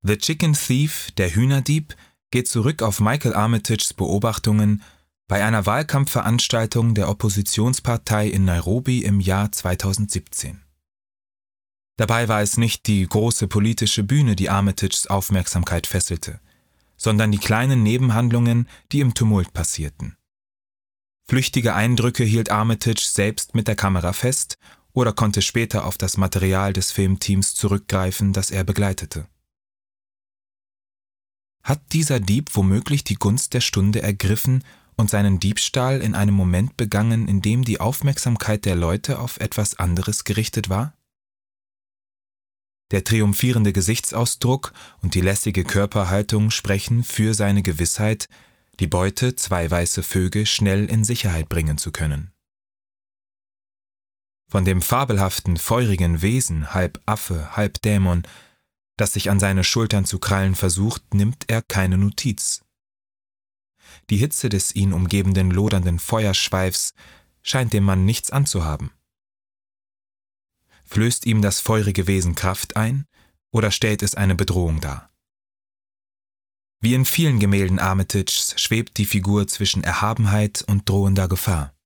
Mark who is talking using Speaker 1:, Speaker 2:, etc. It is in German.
Speaker 1: The Chicken Thief, der Hühnerdieb, geht zurück auf Michael Armitages Beobachtungen bei einer Wahlkampfveranstaltung der Oppositionspartei in Nairobi im Jahr 2017. Dabei war es nicht die große politische Bühne, die Armitages Aufmerksamkeit fesselte, sondern die kleinen Nebenhandlungen, die im Tumult passierten. Flüchtige Eindrücke hielt Armitage selbst mit der Kamera fest oder konnte später auf das Material des Filmteams zurückgreifen, das er begleitete. Hat dieser Dieb womöglich die Gunst der Stunde ergriffen und seinen Diebstahl in einem Moment begangen, in dem die Aufmerksamkeit der Leute auf etwas anderes gerichtet war? Der triumphierende Gesichtsausdruck und die lässige Körperhaltung sprechen für seine Gewissheit, die Beute, 2 weiße Vögel, schnell in Sicherheit bringen zu können. Von dem fabelhaften, feurigen Wesen, halb Affe, halb Dämon, das sich an seine Schultern zu krallen versucht, nimmt er keine Notiz. Die Hitze des ihn umgebenden lodernden Feuerschweifs scheint dem Mann nichts anzuhaben. Flößt ihm das feurige Wesen Kraft ein oder stellt es eine Bedrohung dar? Wie in vielen Gemälden Armitages schwebt die Figur zwischen Erhabenheit und drohender Gefahr.